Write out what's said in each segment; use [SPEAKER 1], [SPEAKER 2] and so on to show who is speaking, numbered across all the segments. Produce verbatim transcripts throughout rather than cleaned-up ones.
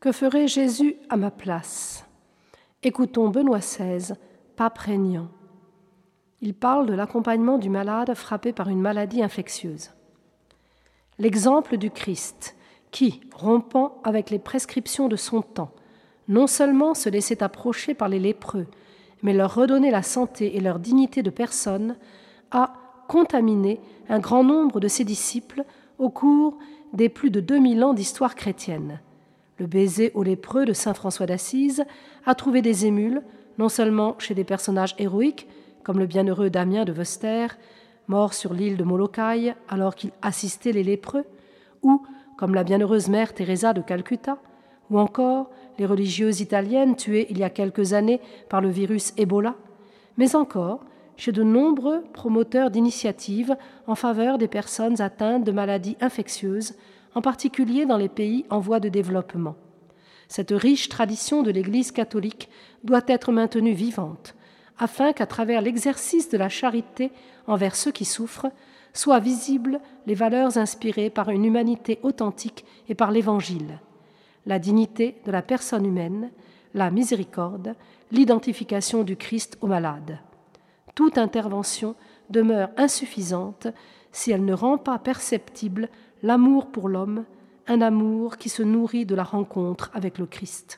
[SPEAKER 1] Que ferait Jésus à ma place ? Écoutons Benoît seize, pape régnant. Il parle de l'accompagnement du malade frappé par une maladie infectieuse. L'exemple du Christ, qui, rompant avec les prescriptions de son temps, non seulement se laissait approcher par les lépreux, mais leur redonnait la santé et leur dignité de personne, a contaminé un grand nombre de ses disciples au cours des plus de deux mille ans d'histoire chrétienne. Le baiser aux lépreux de saint François d'Assise a trouvé des émules, non seulement chez des personnages héroïques, comme le bienheureux Damien de Veuster, mort sur l'île de Molokai alors qu'il assistait les lépreux, ou comme la bienheureuse mère Teresa de Calcutta, ou encore les religieuses italiennes tuées il y a quelques années par le virus Ebola, mais encore chez de nombreux promoteurs d'initiatives en faveur des personnes atteintes de maladies infectieuses, en particulier dans les pays en voie de développement. Cette riche tradition de l'Église catholique doit être maintenue vivante, afin qu'à travers l'exercice de la charité envers ceux qui souffrent, soient visibles les valeurs inspirées par une humanité authentique et par l'Évangile. La dignité de la personne humaine, la miséricorde, l'identification du Christ aux malades. Toute intervention demeure insuffisante si elle ne rend pas perceptible l'amour pour l'homme, un amour qui se nourrit de la rencontre avec le Christ.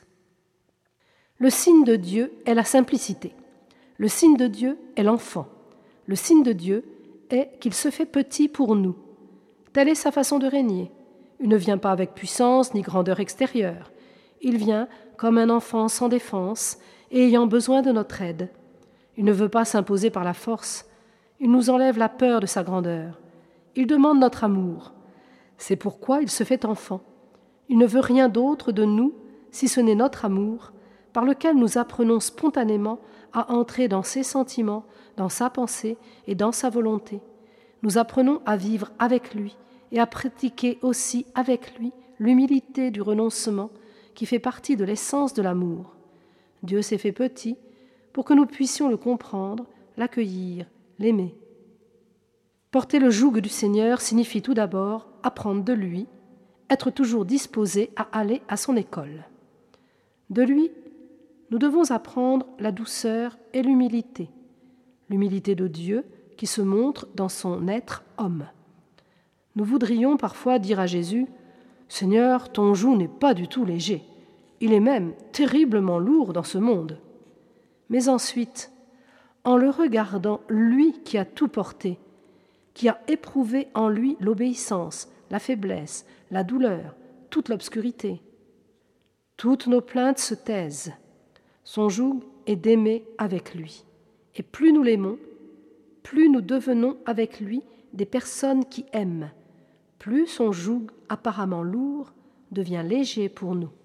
[SPEAKER 1] Le signe de Dieu est la simplicité. Le signe de Dieu est l'enfant. Le signe de Dieu est qu'il se fait petit pour nous. Telle est sa façon de régner. Il ne vient pas avec puissance ni grandeur extérieure. Il vient comme un enfant sans défense et ayant besoin de notre aide. Il ne veut pas s'imposer par la force. Il nous enlève la peur de sa grandeur. Il demande notre amour. C'est pourquoi il se fait enfant. Il ne veut rien d'autre de nous, si ce n'est notre amour, par lequel nous apprenons spontanément à entrer dans ses sentiments, dans sa pensée et dans sa volonté. Nous apprenons à vivre avec lui et à pratiquer aussi avec lui l'humilité du renoncement qui fait partie de l'essence de l'amour. Dieu s'est fait petit pour que nous puissions le comprendre, l'accueillir, l'aimer. Porter le joug du Seigneur signifie tout d'abord apprendre de lui, être toujours disposé à aller à son école. De lui, nous devons apprendre la douceur et l'humilité, l'humilité de Dieu qui se montre dans son être homme. Nous voudrions parfois dire à Jésus « Seigneur, ton joug n'est pas du tout léger, il est même terriblement lourd dans ce monde. » Mais ensuite, en le regardant, lui qui a tout porté, qui a éprouvé en lui l'obéissance, la faiblesse, la douleur, toute l'obscurité. Toutes nos plaintes se taisent. Son joug est d'aimer avec lui. Et plus nous l'aimons, plus nous devenons avec lui des personnes qui aiment. Plus son joug, apparemment lourd, devient léger pour nous.